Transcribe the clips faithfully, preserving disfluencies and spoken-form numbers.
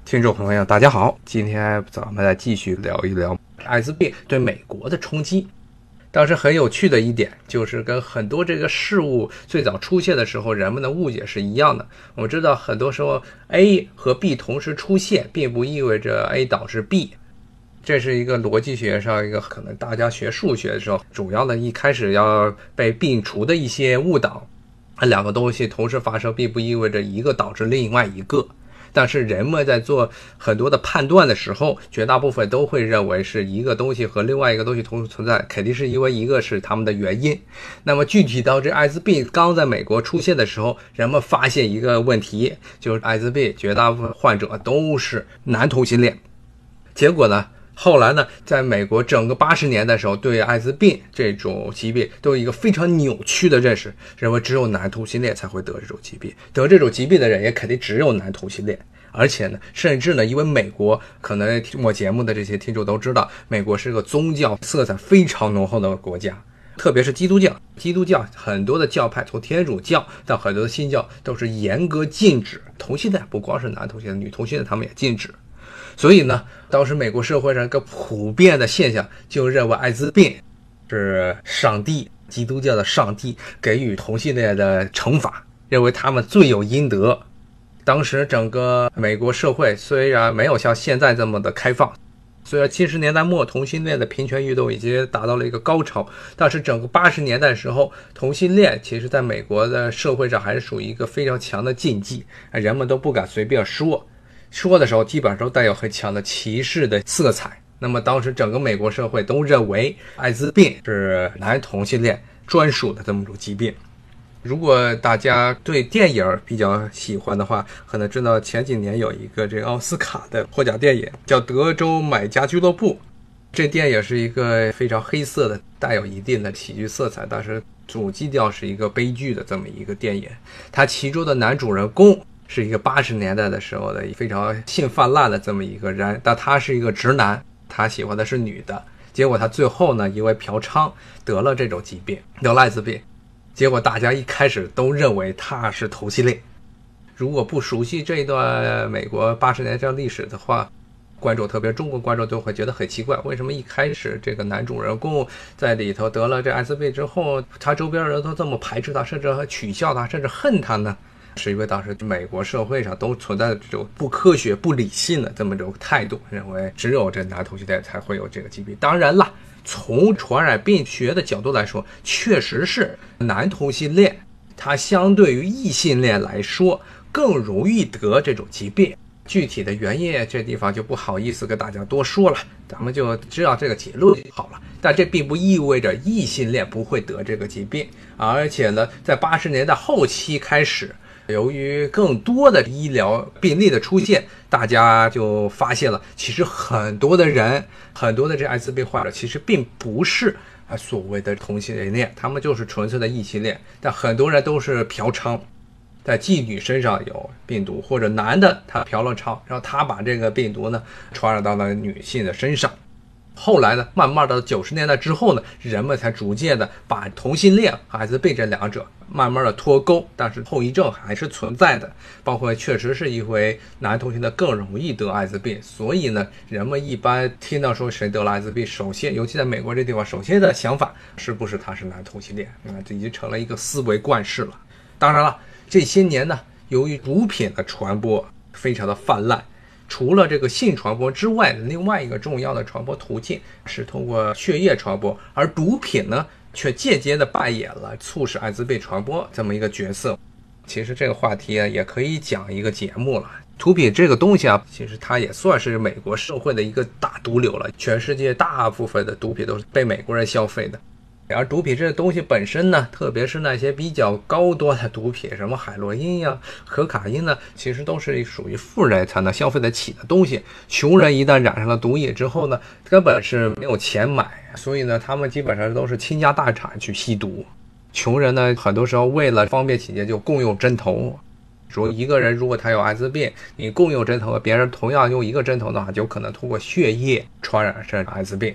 听众朋友大家好，今天咱们来继续聊一聊艾滋病对美国的冲击。当时很有趣的一点就是跟很多这个事物最早出现的时候人们的误解是一样的。我们知道很多时候 A 和 B 同时出现并不意味着 A 导致 B， 这是一个逻辑学上一个可能大家学数学的时候主要的一开始要被摒除的一些误导。两个东西同时发生并不意味着一个导致另外一个，但是人们在做很多的判断的时候，绝大部分都会认为是一个东西和另外一个东西同时存在，肯定是因为一个是他们的原因。那么具体到这艾滋病刚在美国出现的时候，人们发现一个问题，就是艾滋病绝大部分患者都是男同性恋。结果呢，后来呢，在美国整个八十年代的时候，对艾滋病这种疾病都有一个非常扭曲的认识，认为只有男同性恋才会得这种疾病，得这种疾病的人也肯定只有男同性恋。而且呢，甚至呢，因为美国可能听我节目的这些听众都知道，美国是个宗教色彩非常浓厚的国家，特别是基督教。基督教很多的教派，从天主教到很多的新教，都是严格禁止同性恋，不光是男同性恋，女同性恋他们也禁止。所以呢，当时美国社会上一个普遍的现象，就认为艾滋病是上帝，基督教的上帝给予同性恋的惩罚，认为他们罪有应得。当时整个美国社会虽然没有像现在这么的开放，虽然七十年代末同性恋的平权运动已经达到了一个高潮，但是整个八十年代的时候，同性恋其实在美国的社会上还是属于一个非常强的禁忌，人们都不敢随便说。说的时候基本上都带有很强的歧视的色彩。那么当时整个美国社会都认为艾滋病是男同性恋专属的这么一种疾病。如果大家对电影比较喜欢的话，可能知道前几年有一个这个奥斯卡的获奖电影叫《德州买家俱乐部》。这电影是一个非常黑色的，带有一定的喜剧色彩，但是主基调是一个悲剧的这么一个电影。它其中的男主人公是一个八十年代的时候的非常性泛滥的这么一个人，但他是一个直男，他喜欢的是女的。结果他最后呢，因为嫖娼得了这种疾病，得了艾滋病。结果大家一开始都认为他是同性恋。如果不熟悉这一段美国八十年代历史的话，观众特别中国观众都会觉得很奇怪，为什么一开始这个男主人公在里头得了这艾滋病之后，他周边人都这么排斥他，甚至取笑他，甚至恨他呢？是因为当时美国社会上都存在着这种不科学不理性的这么一种态度，认为只有这男同性恋才会有这个疾病。当然了，从传染病学的角度来说，确实是男同性恋他相对于异性恋来说更容易得这种疾病。具体的原因这地方就不好意思跟大家多说了，咱们就知道这个结论就好了。但这并不意味着异性恋不会得这个疾病，而且呢，在八十年代后期开始，由于更多的医疗病例的出现，大家就发现了，其实很多的人，很多的这艾滋病患者其实并不是所谓的同性恋，他们就是纯粹的异性恋。但很多人都是嫖娼，在妓女身上有病毒，或者男的他嫖了娼，然后他把这个病毒呢传染到了女性的身上。后来呢，慢慢的九十年代之后呢，人们才逐渐的把同性恋和艾滋病这两者慢慢的脱钩，但是后遗症还是存在的，包括确实是因为男同性恋更容易得艾滋病，所以呢，人们一般听到说谁得了艾滋病，首先尤其在美国这地方，首先的想法是不是他是男同性恋，那这已经成了一个思维惯式了。当然了，这些年呢，由于毒品的传播非常的泛滥，除了这个性传播之外，另外一个重要的传播途径是通过血液传播，而毒品呢却间接的扮演了促使艾滋病传播这么一个角色。其实这个话题啊也可以讲一个节目了。毒品这个东西啊，其实它也算是美国社会的一个大毒瘤了，全世界大部分的毒品都是被美国人消费的。而毒品这个东西本身呢，特别是那些比较高端的毒品，什么海洛因呀、可卡因呢，其实都是属于富人才能消费得起的东西。穷人一旦染上了毒瘾之后呢，根本是没有钱买，所以呢，他们基本上都是倾家荡产去吸毒。穷人呢，很多时候为了方便起见，就共用针头。说一个人如果他有艾滋病，你共用针头，别人同样用一个针头的话，就可能通过血液传染上艾滋病。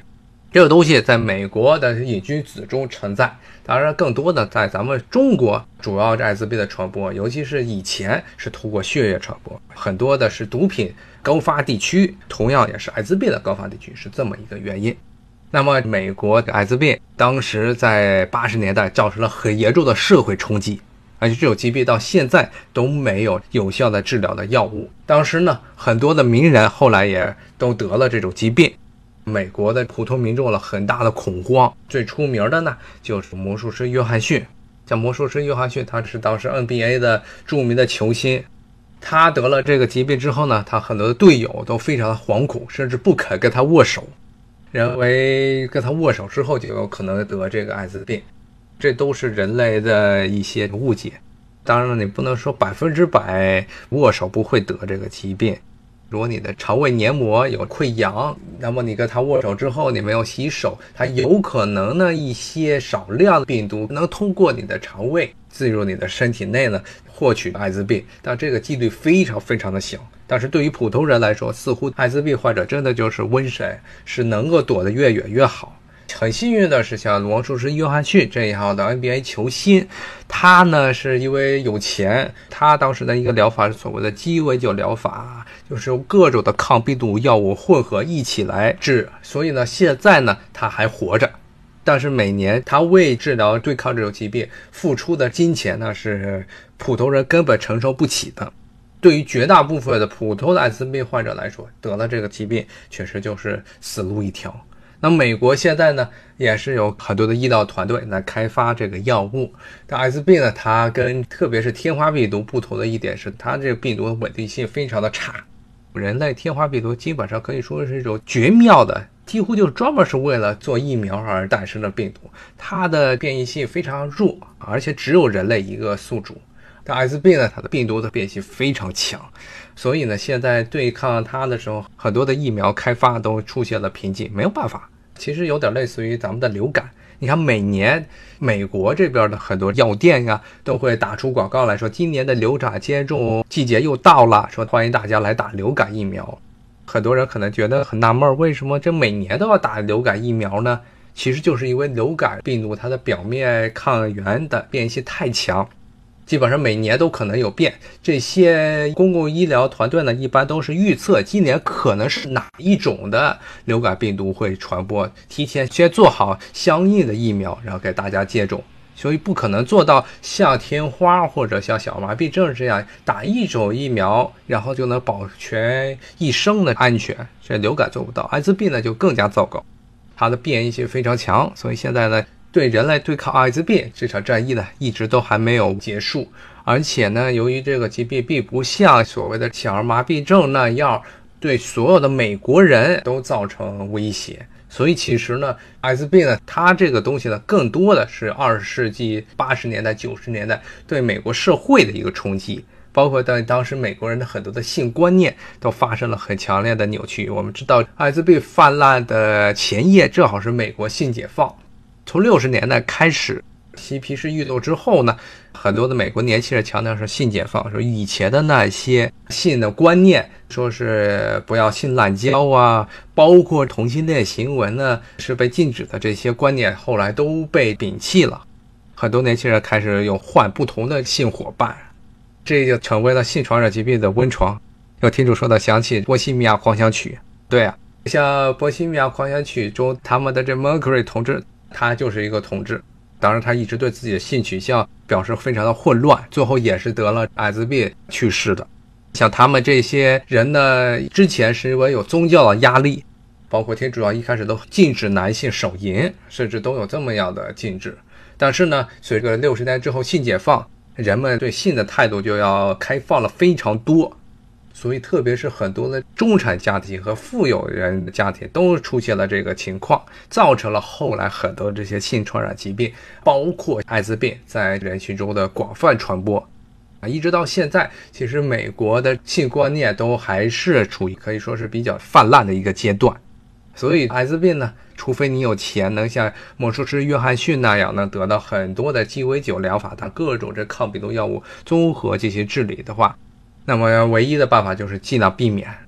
这个东西在美国的瘾君子中存在，当然更多的在咱们中国，主要艾滋病的传播，尤其是以前是通过血液传播，很多的是毒品高发地区，同样也是艾滋病的高发地区，是这么一个原因。那么美国的艾滋病当时在八十年代造成了很严重的社会冲击，而且这种疾病到现在都没有有效的治疗的药物。当时呢，很多的名人后来也都得了这种疾病，美国的普通民众了很大的恐慌。最出名的呢就是魔术师约翰逊。像魔术师约翰逊，他是当时 N B A 的著名的球星，他得了这个疾病之后呢，他很多的队友都非常的惶恐，甚至不肯跟他握手，认为跟他握手之后就有可能得这个艾滋病。这都是人类的一些误解。当然了，你不能说百分之百握手不会得这个疾病。如果你的肠胃黏膜有溃疡，那么你跟他握手之后你没有洗手，它有可能呢一些少量的病毒能通过你的肠胃进入你的身体内呢获取艾滋病，但这个几率非常非常的小。但是对于普通人来说，似乎艾滋病患者真的就是瘟神，是能够躲得越远越好。很幸运的是，像魔术师约翰逊这样的 N B A 球星，他呢是因为有钱，他当时的一个疗法是所谓的鸡尾酒疗法，就是用各种的抗病毒药物混合一起来治，所以呢现在呢他还活着。但是每年他为治疗对抗这种疾病付出的金钱呢是普通人根本承受不起的。对于绝大部分的普通的艾滋病患者来说，得了这个疾病确实就是死路一条。那美国现在呢也是有很多的医疗团队来开发这个药物。但艾滋病呢，它跟特别是天花病毒不同的一点是，它这个病毒的稳定性非常的差。人类天花病毒基本上可以说是一种绝妙的，几乎就专门是为了做疫苗而诞生的病毒，它的变异性非常弱，而且只有人类一个宿主。但艾滋病呢，它的病毒的变异性非常强，所以呢现在对抗它的时候，很多的疫苗开发都出现了瓶颈，没有办法。其实有点类似于咱们的流感，你看每年美国这边的很多药店啊都会打出广告来说，今年的流感接种季节又到了，说欢迎大家来打流感疫苗。很多人可能觉得很纳闷，为什么这每年都要打流感疫苗呢？其实就是因为流感病毒它的表面抗原的变异性太强，基本上每年都可能有变。这些公共医疗团队呢，一般都是预测今年可能是哪一种的流感病毒会传播，提前先做好相应的疫苗，然后给大家接种。所以不可能做到像天花或者像小儿麻痹症这样打一种疫苗然后就能保全一生的安全，这流感做不到。艾滋病呢就更加糟糕，它的变异性非常强，所以现在呢对人类对抗艾滋病这场战役呢一直都还没有结束。而且呢，由于这个疾病并不像所谓的小儿麻痹症那样对所有的美国人都造成威胁，所以其实呢艾滋病呢它这个东西呢更多的是二十世纪八十年代九十年代对美国社会的一个冲击，包括在当时美国人的很多的性观念都发生了很强烈的扭曲。我们知道艾滋病泛滥的前夜正好是美国性解放，从六十年代开始嬉皮士运动之后呢，很多的美国年轻人强调是性解放，说以前的那些性的观念，说是不要性滥交啊，包括同性恋行为呢是被禁止的，这些观念后来都被摒弃了。很多年轻人开始有换不同的性伙伴，这就成为了性传染疾病的温床。有听众说到想起波西米亚狂想曲，对啊，像波西米亚狂想曲中他们的这 Mercury 同志，他就是一个同志，当然他一直对自己的性取向表示非常的混乱，最后也是得了艾滋病去世的。像他们这些人呢，之前是因为有宗教的压力，包括天主教一开始都禁止男性手淫，甚至都有这么样的禁止。但是呢，随着六十年之后性解放，人们对性的态度就要开放了非常多，所以特别是很多的中产家庭和富有人的家庭都出现了这个情况，造成了后来很多这些性传染疾病，包括艾滋病在人群中的广泛传播。一直到现在，其实美国的性观念都还是处于可以说是比较泛滥的一个阶段。所以艾滋病呢，除非你有钱能像魔术师约翰逊那样能得到很多的鸡尾酒疗法，它各种这抗病毒药物综合进行治理的话，那么唯一的办法就是尽量避免。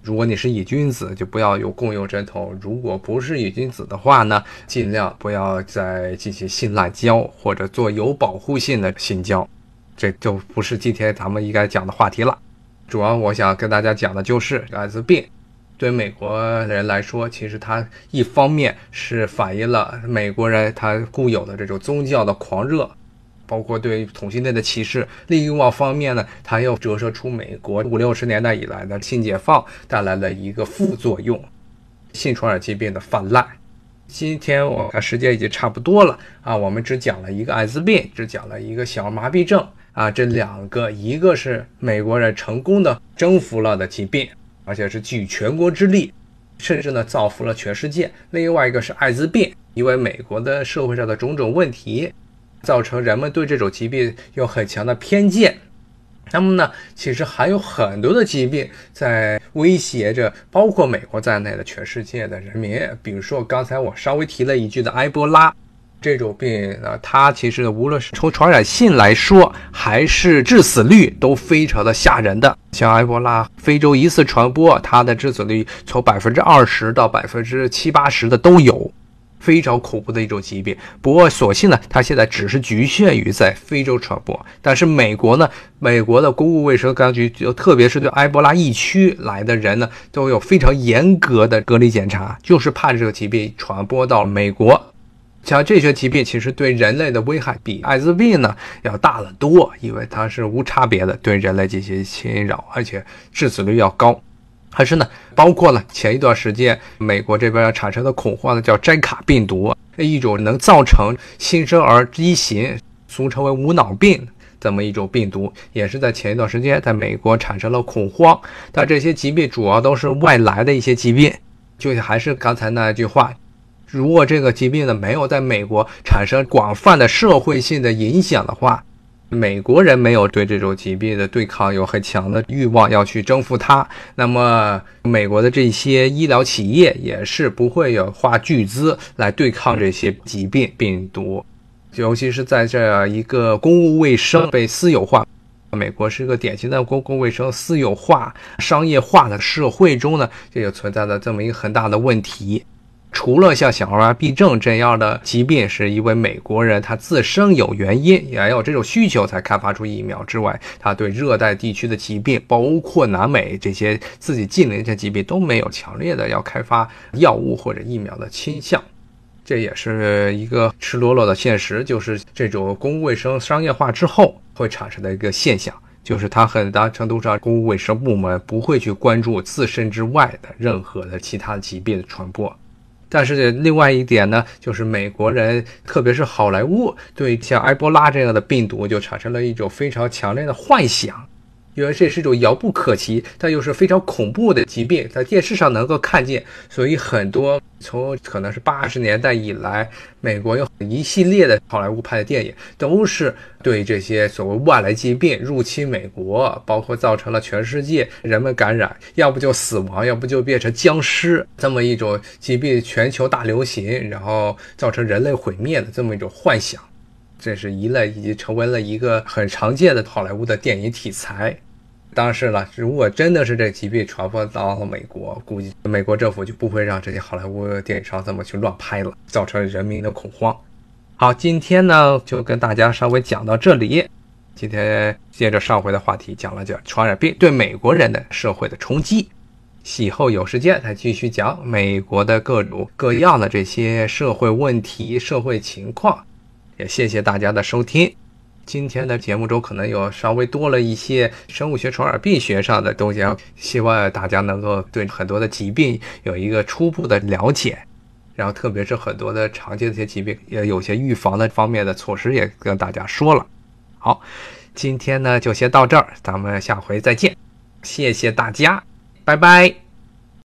如果你是瘾君子，就不要有共用针头；如果不是瘾君子的话呢，尽量不要再进行性滥交或者做有保护性的性交，这就不是今天咱们应该讲的话题了。主要我想跟大家讲的就是艾滋病对美国人来说，其实它一方面是反映了美国人他固有的这种宗教的狂热，包括对同性恋的歧视，另一方面呢，它又折射出美国五六十年代以来的性解放带来了一个副作用，性传染疾病的泛滥。今天我看时间已经差不多了啊，我们只讲了一个艾滋病，只讲了一个小儿麻痹症啊，这两个一个是美国人成功的征服了的疾病，而且是举全国之力，甚至呢造福了全世界。另外一个是艾滋病，因为美国的社会上的种种问题，造成人们对这种疾病有很强的偏见。那么呢，其实还有很多的疾病在威胁着包括美国在内的全世界的人民。比如说刚才我稍微提了一句的埃博拉这种病呢，它其实无论是从传染性来说，还是致死率都非常的吓人的。像埃博拉非洲一次传播，它的致死率从百分之二十到百分之七八十的都有。非常恐怖的一种疾病，不过所幸呢，它现在只是局限于在非洲传播。但是美国呢，美国的公共卫生当局，特别是对埃博拉疫区来的人呢，都有非常严格的隔离检查，就是怕这个疾病传播到美国。像这些疾病其实对人类的危害比艾滋病呢要大得多，因为它是无差别的对人类进行侵扰，而且致死率要高。还是呢，包括了前一段时间美国这边产生的恐慌的叫摘卡病毒，一种能造成新生儿畸形，俗称为无脑病这么一种病毒，也是在前一段时间在美国产生了恐慌。但这些疾病主要都是外来的一些疾病，就还是刚才那句话，如果这个疾病呢没有在美国产生广泛的社会性的影响的话，美国人没有对这种疾病的对抗有很强的欲望要去征服它，那么美国的这些医疗企业也是不会有花巨资来对抗这些疾病病毒，尤其是在这一个公共卫生被私有化，美国是一个典型的公共卫生私有化商业化的社会中呢，就有存在的这么一个很大的问题。除了像小儿麻痹症这样的疾病是因为美国人他自身有原因，也有这种需求才开发出疫苗之外，他对热带地区的疾病，包括南美这些自己近邻的疾病都没有强烈的要开发药物或者疫苗的倾向。这也是一个赤裸裸的现实，就是这种公共卫生商业化之后会产生的一个现象，就是它很大程度上公共卫生部门不会去关注自身之外的任何的其他疾病的传播。但是另外一点呢，就是美国人特别是好莱坞对像埃博拉这样的病毒就产生了一种非常强烈的幻想，因为这是一种遥不可及但又是非常恐怖的疾病，在电视上能够看见，所以很多从可能是八十年代以来，美国有一系列的好莱坞拍的电影都是对这些所谓外来疾病入侵美国，包括造成了全世界人们感染，要不就死亡，要不就变成僵尸，这么一种疾病全球大流行，然后造成人类毁灭的这么一种幻想。这是一类已经成为了一个很常见的好莱坞的电影题材。当然了，如果真的是这疾病传播到了美国，估计美国政府就不会让这些好莱坞电影商这么去乱拍了，造成人民的恐慌。好，今天呢就跟大家稍微讲到这里。今天接着上回的话题讲了讲传染病对美国人的社会的冲击，以后有时间再继续讲美国的各种各样的这些社会问题、社会情况。也谢谢大家的收听。今天的节目中可能有稍微多了一些生物学传染病学上的东西，希望大家能够对很多的疾病有一个初步的了解，然后特别是很多的常见的一些疾病也有些预防的方面的措施也跟大家说了。好，今天呢就先到这儿，咱们下回再见，谢谢大家，拜拜。